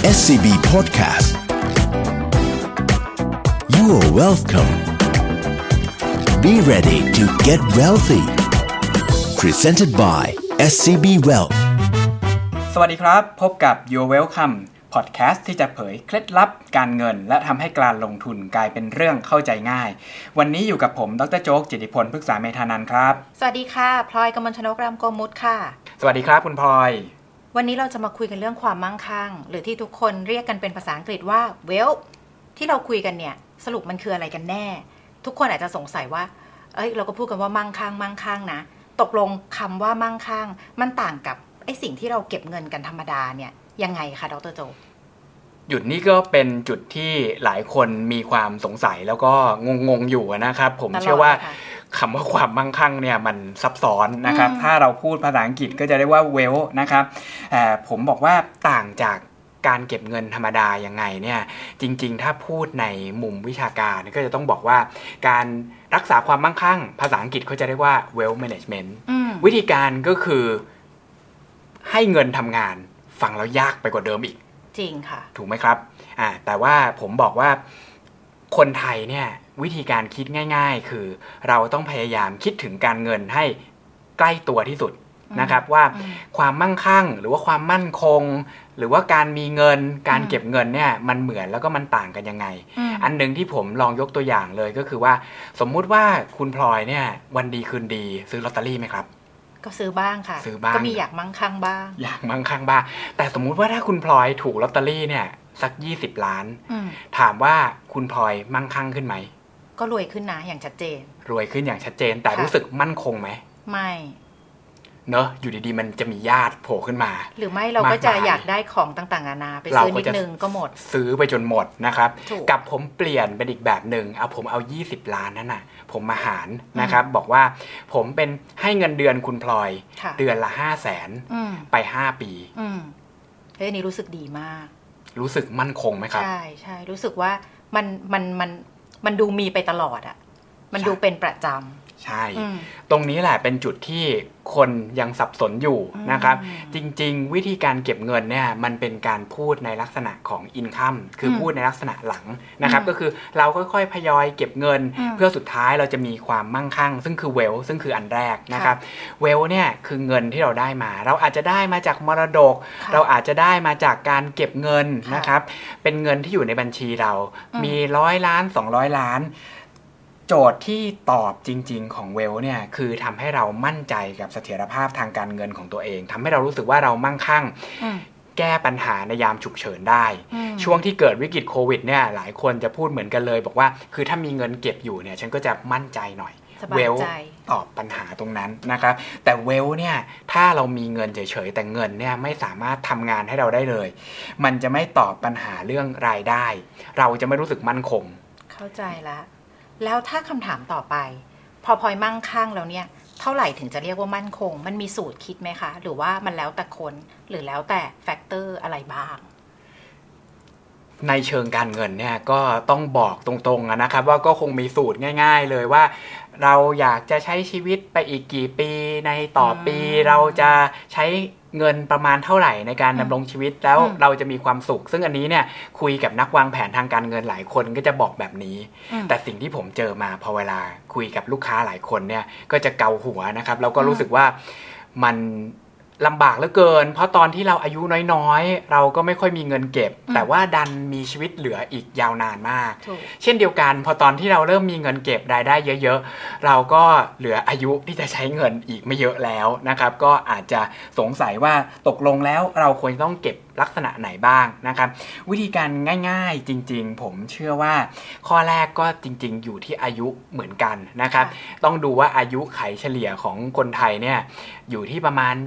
SCB Podcast You are welcome Be ready to get wealthy Presented by SCB Wealth สวัสดีครับพบกับ You're Welcomeพอดแคสต์ที่จะเผยเคล็ดลับการเงินและทำให้การลงทุนกลายเป็นเรื่องเข้าใจง่ายวันนี้อยู่กับผมดร.โจ๊ก จิตติพล พฤกษาเมธานันท์ครับสวัสดีค่ะพลอย กมลชนก รามโกมุตค่ะสวัสดีครับคุณพลอยวันนี้เราจะมาคุยกันเรื่องความมั่งคั่งหรือที่ทุกคนเรียกกันเป็นภาษาอังกฤษว่า wealth ที่เราคุยกันเนี่ยสรุปมันคืออะไรกันแน่ทุกคนอาจจะสงสัยว่าเราก็พูดกันว่ามั่งคั่งนะตกลงคำว่ามั่งคั่งมันต่างกับไอ้สิ่งที่เราเก็บเงินกันธรรมดาเนี่ยยังไงคะดร.โจจุดนี้ก็เป็นจุดที่หลายคนมีความสงสัยแล้วก็งงอยู่นะครับผมเชื่อว่าคำว่าความมั่งคั่งเนี่ยมันซับซ้อนนะครับถ้าเราพูดภาษาอังกฤษก็จะเรียกว่า wealth นะครับผมบอกว่าต่างจากการเก็บเงินธรรมดายังไงเนี่ยจริงๆถ้าพูดในมุมวิชาการก็จะต้องบอกว่าการรักษาความมั่งคั่งภาษาอังกฤษเขาจะเรียกว่า wealth management วิธีการก็คือให้เงินทำงานฟังแล้วยากไปกว่าเดิมอีกจริงค่ะถูกไหมครับแต่ว่าผมบอกว่าคนไทยเนี่ยวิธีการคิดง่ายๆคือเราต้องพยายามคิดถึงการเงินให้ใกล้ตัวที่สุดนะครับว่าความมั่งคั่งหรือว่าความมั่นคงหรือว่าการมีเงินการเก็บเงินเนี่ยมันเหมือนแล้วก็มันต่างกันยังไงอันนึงที่ผมลองยกตัวอย่างเลยก็คือว่าสมมุติว่าคุณพลอยเนี่ยวันดีคืนดีซื้อลอตเตอรี่ไหมครับก็ซื้อบ้างค่ะก็มีอยากมั่งคั่งบ้างอยากมั่งคั่งบ้างแต่สมมุติว่าถ้าคุณพลอยถูกลอตเตอรี่เนี่ยสัก20 ล้านถามว่าคุณพลอยมั่งคั่งขึ้นไหมก็รวยขึ้นนะอย่างชัดเจนรวยขึ้นอย่างชัดเจนแต่รู้สึกมั่นคงไหมไม่เนอะอยู่ดีๆมันจะมีญาติโผล่ขึ้นมาหรือไม่เราก็จะอยากได้ของต่างๆนานาไปซื้อนิดนึงก็หมดซื้อไปจนหมดนะครับกับผมเปลี่ยนเป็นอีกแบบนึงผมเอา20 ล้านนั่นน่ะผมมาหารนะครับบอกว่าผมเป็นให้เงินเดือนคุณพลอยเดือนละ500,000ไป5 ปีอันนี้รู้สึกดีมากรู้สึกมั่นคงไหมครับใช่รู้สึกว่ามันดูมีไปตลอดอ่ะมันดูเป็นประจำใช่ตรงนี้แหละเป็นจุดที่คนยังสับสนอยู่นะครับจริงๆวิธีการเก็บเงินเนี่ยมันเป็นการพูดในลักษณะของอินคัมคือพูดในลักษณะหลังนะครับก็คือเราค่อยๆทยอยเก็บเงินเพื่อสุดท้ายเราจะมีความมั่งคั่งซึ่งคือเวลซึ่งคืออันแรกนะครับเวลเนี่ยคือเงินที่เราได้มาเราอาจจะได้มาจากมรดกเราอาจจะได้มาจากการเก็บเงินนะครับเป็นเงินที่อยู่ในบัญชีเรามี100 ล้าน200 ล้านโจทย์ที่ตอบจริงๆของเวลเนี่ยคือทำให้เรามั่นใจกับเสถียรภาพทางการเงินของตัวเองทำให้เรารู้สึกว่าเรามั่งคั่งแก้ปัญหาในยามฉุกเฉินได้ช่วงที่เกิดวิกฤตโควิดเนี่ยหลายคนจะพูดเหมือนกันเลยบอกว่าคือถ้ามีเงินเก็บอยู่เนี่ยฉันก็จะมั่นใจหน่อยเวลตอบปัญหาตรงนั้นนะครับแต่เวลเนี่ยถ้าเรามีเงินเฉยๆแต่เงินเนี่ยไม่สามารถทำงานให้เราได้เลยมันจะไม่ตอบปัญหาเรื่องรายได้เราจะไม่รู้สึกมั่นคงเข้าใจแล้วถ้าคำถามต่อไปพอพลอยมั่งคั่งแล้วเนี่ยเท่าไหร่ถึงจะเรียกว่ามั่นคงมันมีสูตรคิดไหมคะหรือว่ามันแล้วแต่คนหรือแล้วแต่แฟกเตอร์อะไรบ้างในเชิงการเงินเนี่ยก็ต้องบอกตรงๆนะครับว่าก็คงมีสูตรง่ายๆเลยว่าเราอยากจะใช้ชีวิตไปอีกกี่ปีในต่อปีเราจะใช้เงินประมาณเท่าไหร่ในการดำรงชีวิตแล้วเราจะมีความสุขซึ่งอันนี้เนี่ยคุยกับนักวางแผนทางการเงินหลายคนก็จะบอกแบบนี้แต่สิ่งที่ผมเจอมาพอเวลาคุยกับลูกค้าหลายคนเนี่ยก็จะเกาหัวนะครับแล้วก็รู้สึกว่ามันลำบากเหลือเกินเพราะตอนที่เราอายุน้อยๆเราก็ไม่ค่อยมีเงินเก็บแต่ว่าดันมีชีวิตเหลืออีกยาวนานมากเช่นเดียวกันพอตอนที่เราเริ่มมีเงินเก็บรายได้เยอะๆเราก็เหลืออายุที่จะใช้เงินอีกไม่เยอะแล้วนะครับก็อาจจะสงสัยว่าตกลงแล้วเราควรต้องเก็บลักษณะไหนบ้างนะครับวิธีการง่ายๆจริงๆผมเชื่อว่าข้อแรกก็จริงๆอยู่ที่อายุเหมือนกันนะครับต้องดูว่าอายุไขเฉลี่ยของคนไทยเนี่ยอยู่ที่ประมาณ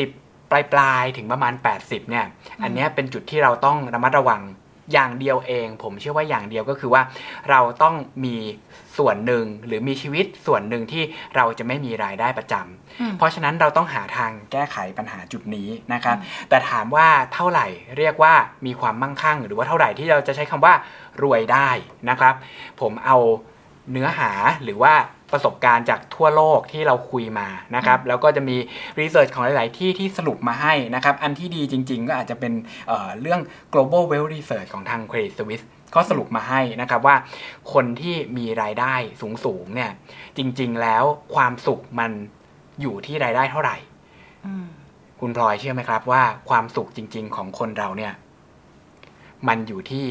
70ปลายๆถึงประมาณ80เนี่ยอันนี้เป็นจุดที่เราต้องระมัดระวังอย่างเดียวเองผมเชื่อว่าอย่างเดียวก็คือว่าเราต้องมีส่วนหนึ่งหรือมีชีวิตส่วนหนึ่งที่เราจะไม่มีรายได้ประจำเพราะฉะนั้นเราต้องหาทางแก้ไขปัญหาจุดนี้นะครับแต่ถามว่าเท่าไหร่เรียกว่ามีความมั่งคั่งหรือว่าเท่าไหร่ที่เราจะใช้คำว่ารวยได้นะครับผมเอาเนื้อหาหรือว่าประสบการณ์จากทั่วโลกที่เราคุยมานะครับแล้วก็จะมีรีเสิร์ชของหลายๆที่สรุปมาให้นะครับอันที่ดีจริงๆก็อาจจะเป็นเรื่อง global wealth research ของทาง Credit Suisse เขาสรุปมาให้นะครับว่าคนที่มีรายได้สูงๆเนี่ยจริงๆแล้วความสุขมันอยู่ที่รายได้เท่าไหร่คุณพลอยเชื่อไหมครับว่าความสุขจริงๆของคนเราเนี่ยมันอยู่ที่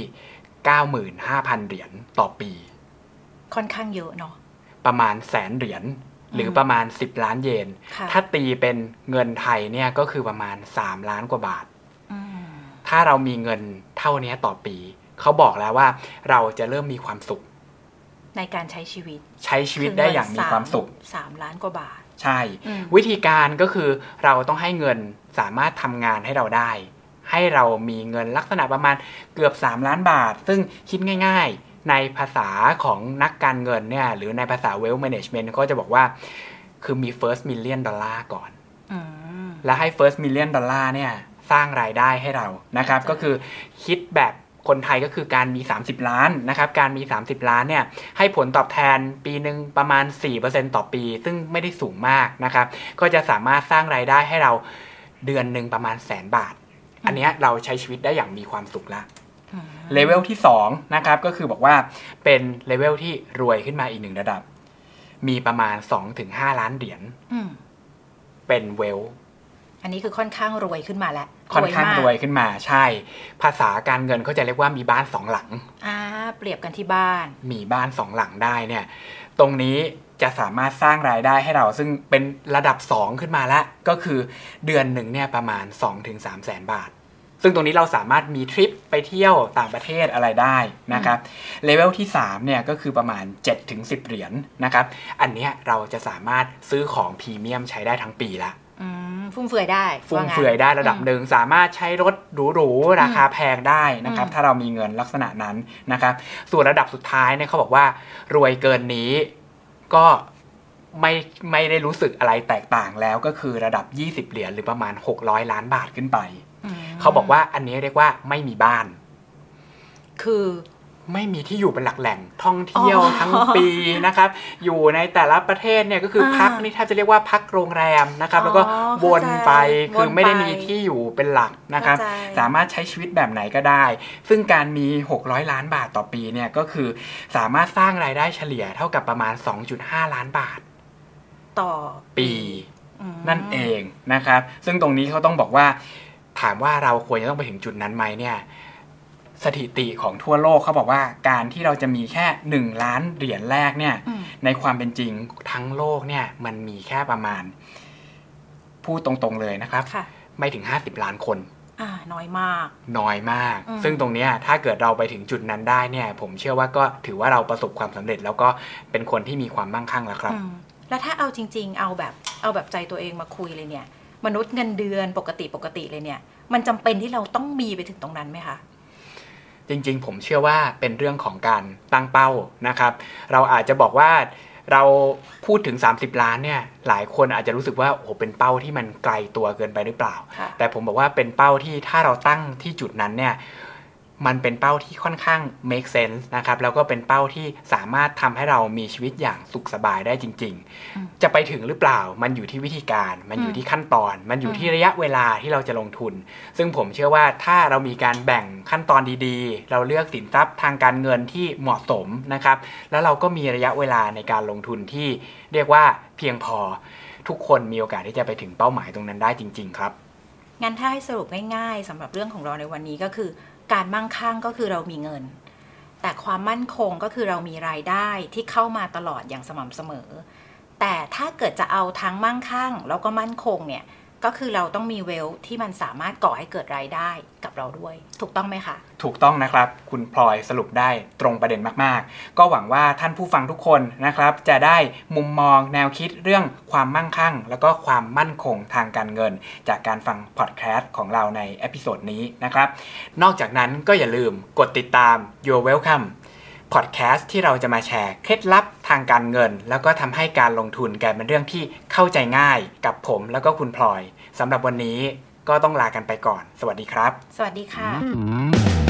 95,000 เหรียญต่อปีค่อนข้างเยอะเนาะประมาณ100,000 เหรียญหรือประมาณ10 ล้านเยนถ้าตีเป็นเงินไทยเนี่ยก็คือประมาณ3 ล้านกว่าบาทถ้าเรามีเงินเท่านี้ต่อปีเขาบอกแล้วว่าเราจะเริ่มมีความสุขในการใช้ชีวิตได้อย่างมีความสุข 3 ล้านกว่าบาทใช่วิธีการก็คือเราต้องให้เงินสามารถทำงานให้เราได้ให้เรามีเงินลักษณะประมาณเกือบ3 ล้านบาทซึ่งคิดง่ายๆในภาษาของนักการเงินเนี่ยหรือในภาษา wealth management ก็จะบอกว่าคือมี first million dollar ก่อนแล้วให้ first million dollar เนี่ยสร้างรายได้ให้เรานะครับก็คือคิดแบบคนไทยก็คือการมี30 ล้านนะครับการมี30 ล้านเนี่ยให้ผลตอบแทนปีนึงประมาณ 4% ต่อปีซึ่งไม่ได้สูงมากนะครับก็จะสามารถสร้างรายได้ให้เราเดือนนึงประมาณ100,000 บาทอันนี้เราใช้ชีวิตได้อย่างมีความสุขละเลเวลที่2นะครับก็คือบอกว่าเป็นเลเวลที่รวยขึ้นมาอีก1ระดับมีประมาณ 2-5 ล้านเหรียญเป็นเวลอันนี้คือค่อนข้างรวยขึ้นมาแล้วค่อนข้างรวยขึ้นมาใช่ภาษาการเงินเขาจะเรียกว่ามีบ้าน2 หลังเปรียบกันที่บ้านมีบ้าน2 หลังได้เนี่ยตรงนี้จะสามารถสร้างรายได้ให้เราซึ่งเป็นระดับ2ขึ้นมาแล้วก็คือเดือนหนึ่งเนี่ยประมาณ 2-3 แสนบาทซึ่งตรงนี้เราสามารถมีทริปไปเที่ยวต่างประเทศอะไรได้นะครับเลเวลที่3เนี่ยก็คือประมาณ 7-10 เหรียญนะครับอันนี้เราจะสามารถซื้อของพรีเมียมใช้ได้ทั้งปีละฟุ่มเฟือยได้ระดับหนึ่งสามารถใช้รถหรูๆราคาแพงได้นะครับถ้าเรามีเงินลักษณะนั้นนะครับส่วนระดับสุดท้ายเนี่ยเขาบอกว่ารวยเกินนี้ก็ไม่ได้รู้สึกอะไรแตกต่างแล้วก็คือระดับ20 เหรียญหรือประมาณ600 ล้านบาทขึ้นไปเขาบอกว่าอันนี้เรียกว่าไม่มีบ้านคือไม่มีที่อยู่เป็นหลักแหล่งท่องเที่ยวทั้งปีนะครับอยู่ในแต่ละประเทศเนี่ยก็คือพักนี่ถ้าจะเรียกว่าพักโรงแรมนะครับแล้วก็วนไปคือไม่ได้มีที่อยู่เป็นหลักนะครับสามารถใช้ชีวิตแบบไหนก็ได้ซึ่งการมี600 ล้านบาทต่อปีเนี่ยก็คือสามารถสร้างรายได้เฉลี่ยเท่ากับประมาณ 2.5 ล้านบาทต่อปีนั่นเองนะครับซึ่งตรงนี้เขาต้องบอกว่าถามว่าเราควรจะต้องไปถึงจุดนั้นไหมเนี่ยสถิติของทั่วโลกเขาบอกว่าการที่เราจะมีแค่1 ล้านเหรียญแรกเนี่ยในความเป็นจริงทั้งโลกเนี่ยมันมีแค่ประมาณพูดตรงๆเลยนะครับไม่ถึง50 ล้านคนน้อยมากซึ่งตรงนี้ถ้าเกิดเราไปถึงจุดนั้นได้เนี่ยผมเชื่อว่าก็ถือว่าเราประสบความสำเร็จแล้วก็เป็นคนที่มีความมั่งคั่งแล้วครับแล้วถ้าเอาจริงๆเอาแบบใจตัวเองมาคุยเลยเนี่ยมนุษย์เงินเดือนปกติเลยเนี่ยมันจำเป็นที่เราต้องมีไปถึงตรงนั้นไหมคะจริงๆผมเชื่อว่าเป็นเรื่องของการตั้งเป้านะครับเราอาจจะบอกว่าเราพูดถึง30 ล้านเนี่ยหลายคนอาจจะรู้สึกว่าโอ้เป็นเป้าที่มันไกลตัวเกินไปหรือเปล่าแต่ผมบอกว่าเป็นเป้าที่ถ้าเราตั้งที่จุดนั้นเนี่ยมันเป็นเป้าที่ค่อนข้าง make sense นะครับแล้วก็เป็นเป้าที่สามารถทำให้เรามีชีวิตอย่างสุขสบายได้จริงๆจะไปถึงหรือเปล่ามันอยู่ที่วิธีการมันอยู่ที่ขั้นตอนมันอยู่ที่ระยะเวลาที่เราจะลงทุนซึ่งผมเชื่อว่าถ้าเรามีการแบ่งขั้นตอนดีๆเราเลือกสินทรัพย์ทางการเงินที่เหมาะสมนะครับแล้วเราก็มีระยะเวลาในการลงทุนที่เรียกว่าเพียงพอทุกคนมีโอกาสที่จะไปถึงเป้าหมายตรงนั้นได้จริงๆครับงั้นถ้าให้สรุปง่ายๆสำหรับเรื่องของเราในวันนี้ก็คือการมั่งคั่งก็คือเรามีเงินแต่ความมั่นคงก็คือเรามีรายได้ที่เข้ามาตลอดอย่างสม่ำเสมอแต่ถ้าเกิดจะเอาทั้งมั่งคั่งแล้วก็มั่นคงเนี่ยก็คือเราต้องมีเวลที่มันสามารถก่อให้เกิดรายได้กับเราด้วยถูกต้องไหมคะถูกต้องนะครับคุณพลอยสรุปได้ตรงประเด็นมากๆก็หวังว่าท่านผู้ฟังทุกคนนะครับจะได้มุมมองแนวคิดเรื่องความมั่งคั่งแล้วก็ความมั่นคงทางการเงินจากการฟังพอดแคสต์ของเราในเอพิโซดนี้นะครับนอกจากนั้นก็อย่าลืมกดติดตาม You're Welcomeพอดแคสต์ที่เราจะมาแชร์เคล็ดลับทางการเงินแล้วก็ทำให้การลงทุนกลายเป็นเรื่องที่เข้าใจง่ายกับผมแล้วก็คุณพลอยสำหรับวันนี้ก็ต้องลากันไปก่อนสวัสดีครับสวัสดีค่ะ